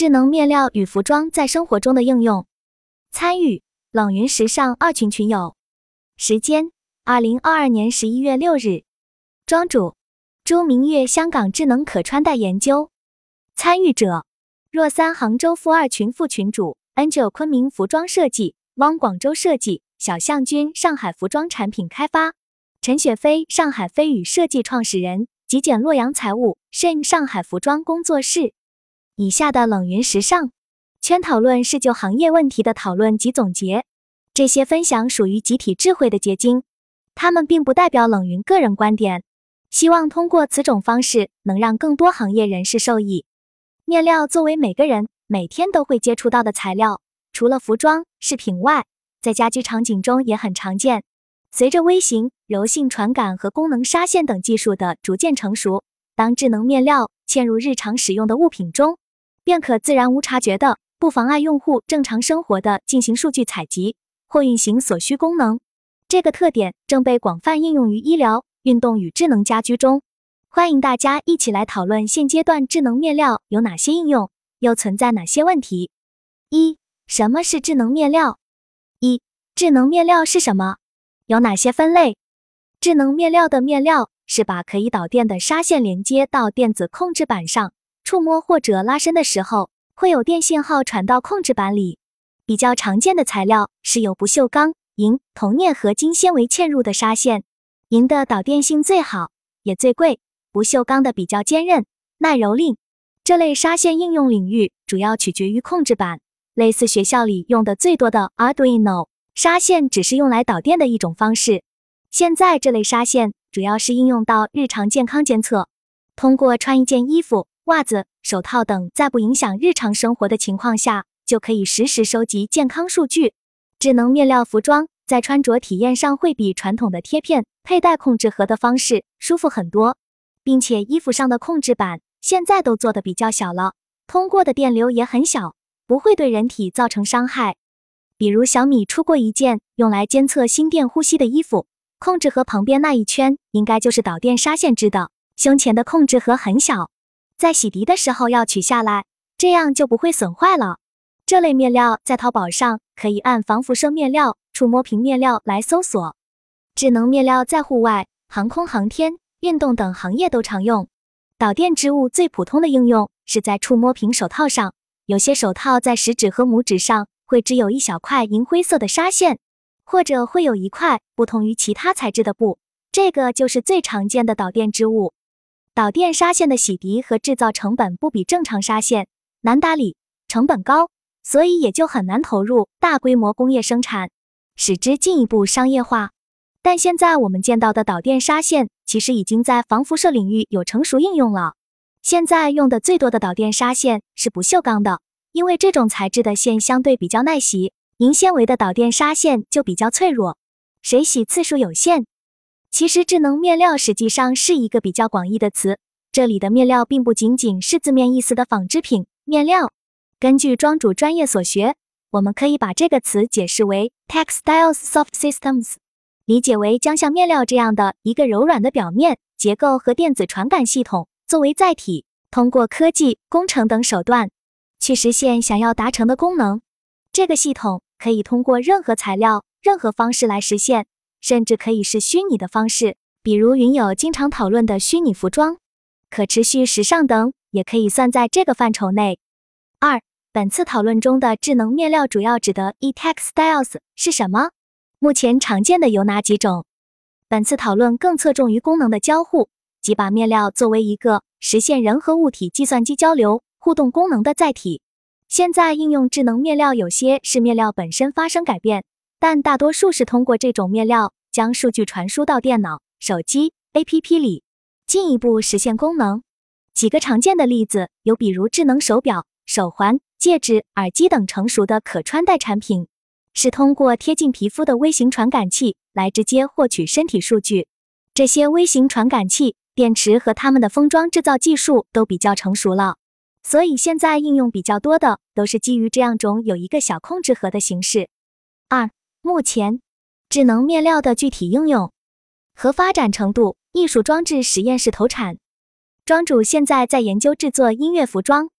智能面料与服装在生活中的应用。参与冷云时尚2群群友。时间2022年11月6日。庄主朱明月，香港智能可穿戴研究。参与者若三杭州负2群副群主 Angel 昆明服装设计，汪广州设计，小象君上海服装产品开发，陈雪飞上海飞宇设计创始人，极简洛阳财务 Shane 上海服装工作室。以下的冷云时尚圈讨论是就行业问题的讨论及总结，这些分享属于集体智慧的结晶，它们并不代表冷云个人观点，希望通过此种方式能让更多行业人士受益。面料作为每个人每天都会接触到的材料，除了服装、饰品外，在家居场景中也很常见。随着微型、柔性传感和功能纱线等技术的逐渐成熟，当智能面料嵌入日常使用的物品中，便可自然无察觉的，不妨碍用户正常生活的进行数据采集或运行所需功能。这个特点正被广泛应用于医疗、运动与智能家居中。欢迎大家一起来讨论现阶段智能面料有哪些应用，又存在哪些问题。1. 什么是智能面料？ 1. 智能面料是什么？有哪些分类？智能面料的面料是把可以导电的纱线连接到电子控制板上，触摸或者拉伸的时候，会有电信号传到控制板里。比较常见的材料是由不锈钢、银、铜镍合金纤维嵌入的纱线。银的导电性最好，也最贵，不锈钢的比较坚韧、耐蹂躏。这类纱线应用领域主要取决于控制板，类似学校里用的最多的 Arduino， 纱线只是用来导电的一种方式。现在这类纱线主要是应用到日常健康监测，通过穿一件衣服、袜子、手套等在不影响日常生活的情况下，就可以实时收集健康数据。智能面料服装在穿着体验上会比传统的贴片、佩戴控制盒的方式舒服很多，并且衣服上的控制板现在都做得比较小了，通过的电流也很小，不会对人体造成伤害。比如小米出过一件用来监测心电呼吸的衣服，控制盒旁边那一圈应该就是导电纱线织的，胸前的控制盒很小，在洗涤的时候要取下来，这样就不会损坏了。这类面料在淘宝上可以按防辐射面料、触摸屏面料来搜索。智能面料在户外、航空航天、运动等行业都常用。导电织物最普通的应用是在触摸屏手套上，有些手套在食指和拇指上会只有一小块银灰色的纱线，或者会有一块不同于其他材质的布，这个就是最常见的导电织物。导电纱线的洗涤和制造成本不比正常纱线，难打理，成本高，所以也就很难投入大规模工业生产，使之进一步商业化。但现在我们见到的导电纱线其实已经在防辐射领域有成熟应用了。现在用的最多的导电纱线是不锈钢的，因为这种材质的线相对比较耐洗，银纤维的导电纱线就比较脆弱，水洗次数有限。其实智能面料实际上是一个比较广义的词，这里的面料并不仅仅是字面意思的纺织品、面料。根据庄主专业所学，我们可以把这个词解释为 Textiles Soft Systems， 理解为将像面料这样的一个柔软的表面结构和电子传感系统作为载体，通过科技、工程等手段去实现想要达成的功能。这个系统可以通过任何材料、任何方式来实现，甚至可以是虚拟的方式，比如云友经常讨论的虚拟服装、可持续时尚等，也可以算在这个范畴内。2. 本次讨论中的智能面料主要指的 e-textiles 是什么？目前常见的有哪几种？本次讨论更侧重于功能的交互，即把面料作为一个实现人和物体计算机交流、互动功能的载体。现在应用智能面料有些是面料本身发生改变，但大多数是通过这种面料将数据传输到电脑、手机、APP 里，进一步实现功能。几个常见的例子有比如智能手表、手环、戒指、耳机等成熟的可穿戴产品，是通过贴近皮肤的微型传感器来直接获取身体数据。这些微型传感器、电池和它们的封装制造技术都比较成熟了，所以现在应用比较多的都是基于这样种有一个小控制盒的形式。2. 目前智能面料的具体应用和发展程度，艺术装置实验室投产。庄主现在在研究制作音乐服装，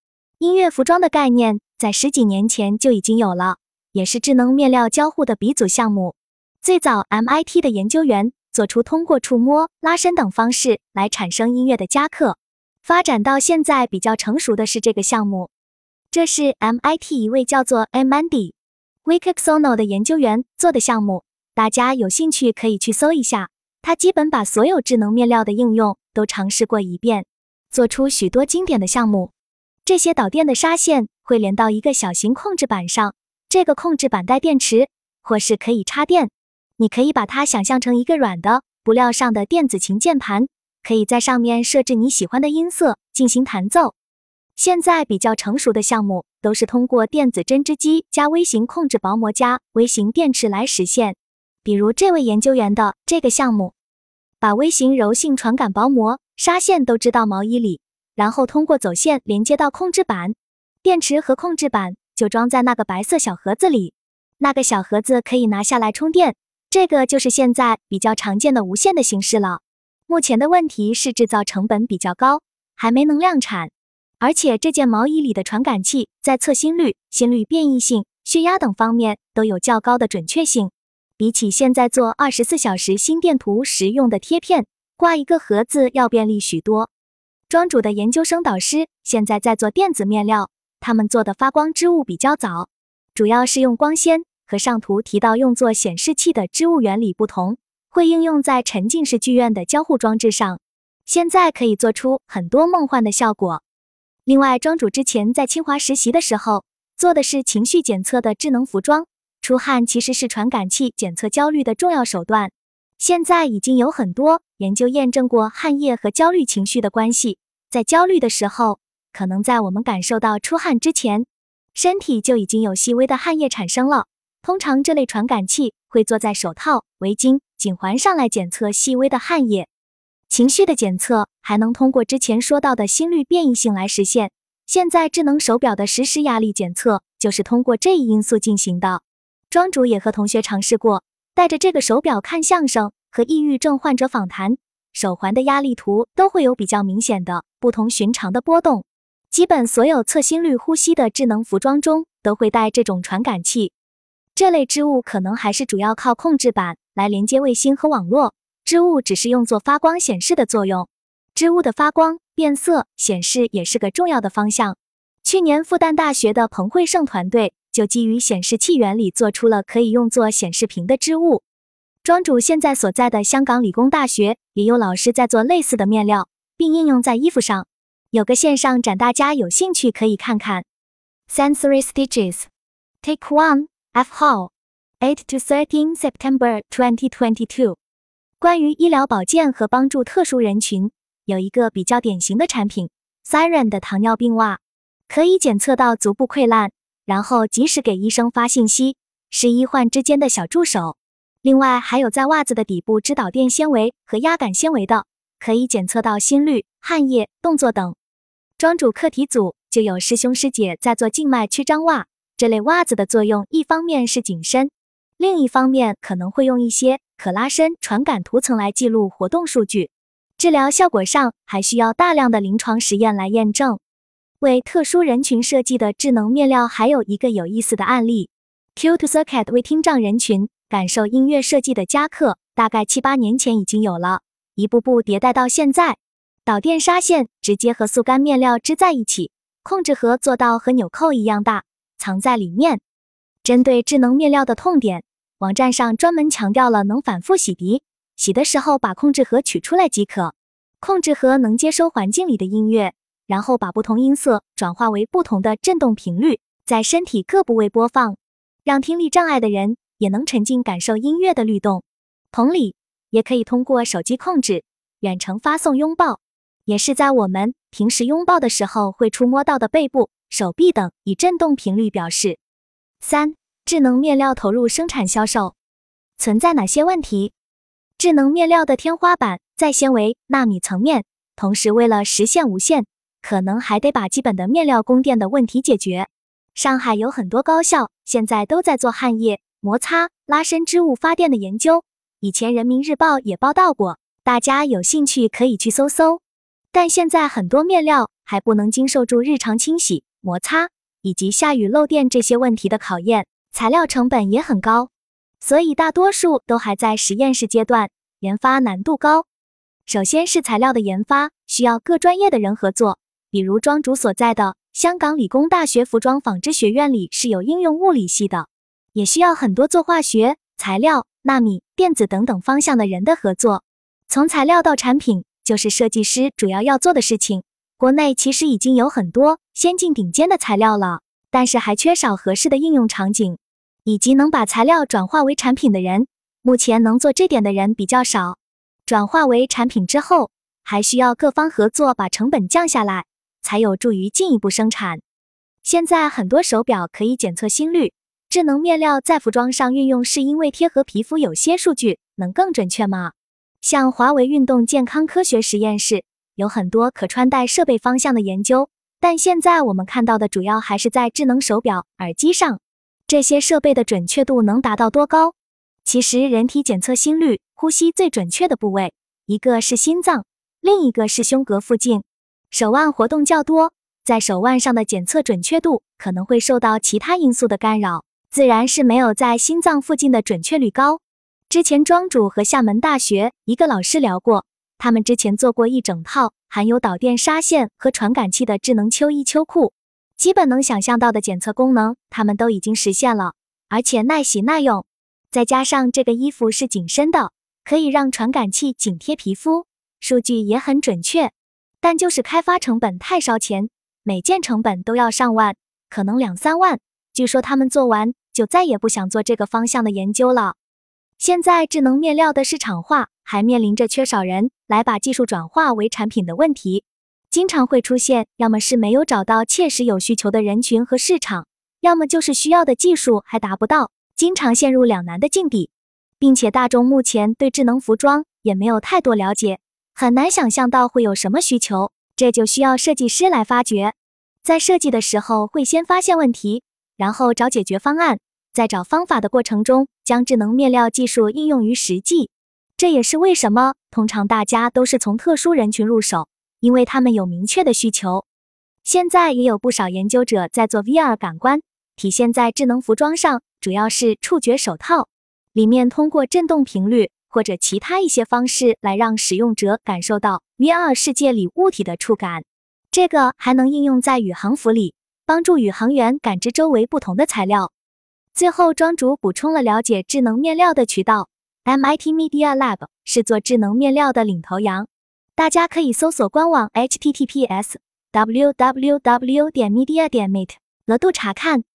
音乐服装的概念在10几年前就已经有了，也是智能面料交互的鼻祖项目。最早 MIT 的研究员做出通过触摸、拉伸等方式来产生音乐的夹克，发展到现在比较成熟的是这个项目。这是 MIT 一位叫做 Mandy Wicksono 的研究员做的项目，大家有兴趣可以去搜一下。他基本把所有智能面料的应用都尝试过一遍，做出许多经典的项目。这些导电的纱线会连到一个小型控制板上，这个控制板带电池，或是可以插电。你可以把它想象成一个软的布料上的电子琴键盘，可以在上面设置你喜欢的音色进行弹奏。现在比较成熟的项目都是通过电子针织机加微型控制薄膜加微型电池来实现，比如这位研究员的这个项目，把微型柔性传感薄膜纱线都织到毛衣里，然后通过走线连接到控制板，电池和控制板就装在那个白色小盒子里，那个小盒子可以拿下来充电，这个就是现在比较常见的无线的形式了。目前的问题是制造成本比较高，还没能量产。而且这件毛衣里的传感器在测心率、心率变异性、血压等方面都有较高的准确性，比起现在做24小时心电图时用的贴片，挂一个盒子要便利许多。庄主的研究生导师现在在做电子面料，他们做的发光织物比较早，主要是用光纤，和上图提到用作显示器的织物原理不同，会应用在沉浸式剧院的交互装置上，现在可以做出很多梦幻的效果。另外，庄主之前在清华实习的时候，做的是情绪检测的智能服装，出汗其实是传感器检测焦虑的重要手段。现在已经有很多研究验证过汗液和焦虑情绪的关系，在焦虑的时候，可能在我们感受到出汗之前，身体就已经有细微的汗液产生了。通常这类传感器会坐在手套、围巾、颈环上来检测细微的汗液。情绪的检测还能通过之前说到的心率变异性来实现，现在智能手表的实时压力检测就是通过这一因素进行的。庄主也和同学尝试过，带着这个手表看相声和抑郁症患者访谈，手环的压力图都会有比较明显的不同寻常的波动。基本所有测心率、呼吸的智能服装中都会带这种传感器。这类织物可能还是主要靠控制板来连接卫星和网络，织物只是用作发光显示的作用。织物的发光、变色、显示也是个重要的方向。去年复旦大学的彭慧胜团队就基于显示器原理做出了可以用作显示屏的织物。庄主现在所在的香港理工大学也有老师在做类似的面料，并应用在衣服上。有个线上展，大家有兴趣可以看看。Sensory Stitches Take 1 F Hall 8 to 13 September 2022。关于医疗保健和帮助特殊人群，有一个比较典型的产品 Siren 的糖尿病袜，可以检测到足部溃烂，然后及时给医生发信息，是医患之间的小助手。另外还有在袜子的底部织导电纤维和压感纤维的，可以检测到心率、汗液、动作等。庄主课题组就有师兄师姐在做静脉曲张袜，这类袜子的作用一方面是紧身，另一方面可能会用一些可拉伸传感图层来记录活动数据，治疗效果上还需要大量的临床实验来验证。为特殊人群设计的智能面料还有一个有意思的案例， Q2Circuit 为听障人群感受音乐设计的夹克，大概7、8年前已经有了，一步步迭代到现在。导电纱线直接和速干面料织在一起，控制盒做到和纽扣一样大，藏在里面。针对智能面料的痛点，网站上专门强调了能反复洗涤，洗的时候把控制盒取出来即可。控制盒能接收环境里的音乐，然后把不同音色转化为不同的振动频率，在身体各部位播放，让听力障碍的人也能沉浸感受音乐的律动。同理，也可以通过手机控制，远程发送拥抱，也是在我们平时拥抱的时候会触摸到的背部、手臂等，以振动频率表示。3. 智能面料投入生产销售，存在哪些问题？智能面料的天花板在纤维、纳米层面，同时为了实现无线，可能还得把基本的面料供电的问题解决。上海有很多高校现在都在做汗液、摩擦、拉伸织物发电的研究，以前人民日报也报道过，大家有兴趣可以去搜搜。但现在很多面料还不能经受住日常清洗， 摩擦以及下雨漏电这些问题的考验，材料成本也很高，所以大多数都还在实验室阶段，研发难度高。首先是材料的研发，需要各专业的人合作，比如庄主所在的香港理工大学服装纺织学院里是有应用物理系的，也需要很多做化学、材料、纳米、电子等等方向的人的合作。从材料到产品，就是设计师主要要做的事情。国内其实已经有很多先进顶尖的材料了，但是还缺少合适的应用场景，以及能把材料转化为产品的人。目前能做这点的人比较少。转化为产品之后，还需要各方合作把成本降下来，才有助于进一步生产。现在很多手表可以检测心率，智能面料在服装上运用是因为贴合皮肤有些数据能更准确吗？像华为运动健康科学实验室有很多可穿戴设备方向的研究，但现在我们看到的主要还是在智能手表、耳机上。这些设备的准确度能达到多高？其实人体检测心率、呼吸最准确的部位，一个是心脏，另一个是胸膈附近。手腕活动较多，在手腕上的检测准确度可能会受到其他因素的干扰，自然是没有在心脏附近的准确率高。之前庄主和厦门大学一个老师聊过，他们之前做过一整套含有导电纱线和传感器的智能秋衣秋裤，基本能想象到的检测功能他们都已经实现了，而且耐洗耐用。再加上这个衣服是紧身的，可以让传感器紧贴皮肤，数据也很准确。但就是开发成本太烧钱，每件成本都要上万，可能2-3万。据说他们做完就再也不想做这个方向的研究了。现在智能面料的市场化还面临着缺少人来把技术转化为产品的问题，经常会出现要么是没有找到切实有需求的人群和市场，要么就是需要的技术还达不到，经常陷入两难的境地。并且大众目前对智能服装也没有太多了解，很难想象到会有什么需求，这就需要设计师来发掘。在设计的时候会先发现问题，然后找解决方案，在找方法的过程中将智能面料技术应用于实际。这也是为什么通常大家都是从特殊人群入手，因为他们有明确的需求。现在也有不少研究者在做 VR 感官，体现在智能服装上，主要是触觉手套，里面通过振动频率或者其他一些方式来让使用者感受到 VR 世界里物体的触感。这个还能应用在宇航服里，帮助宇航员感知周围不同的材料。最后庄主补充了了解智能面料的渠道， MIT Media Lab 是做智能面料的领头羊，大家可以搜索官网 https://www.media.met 额度查看。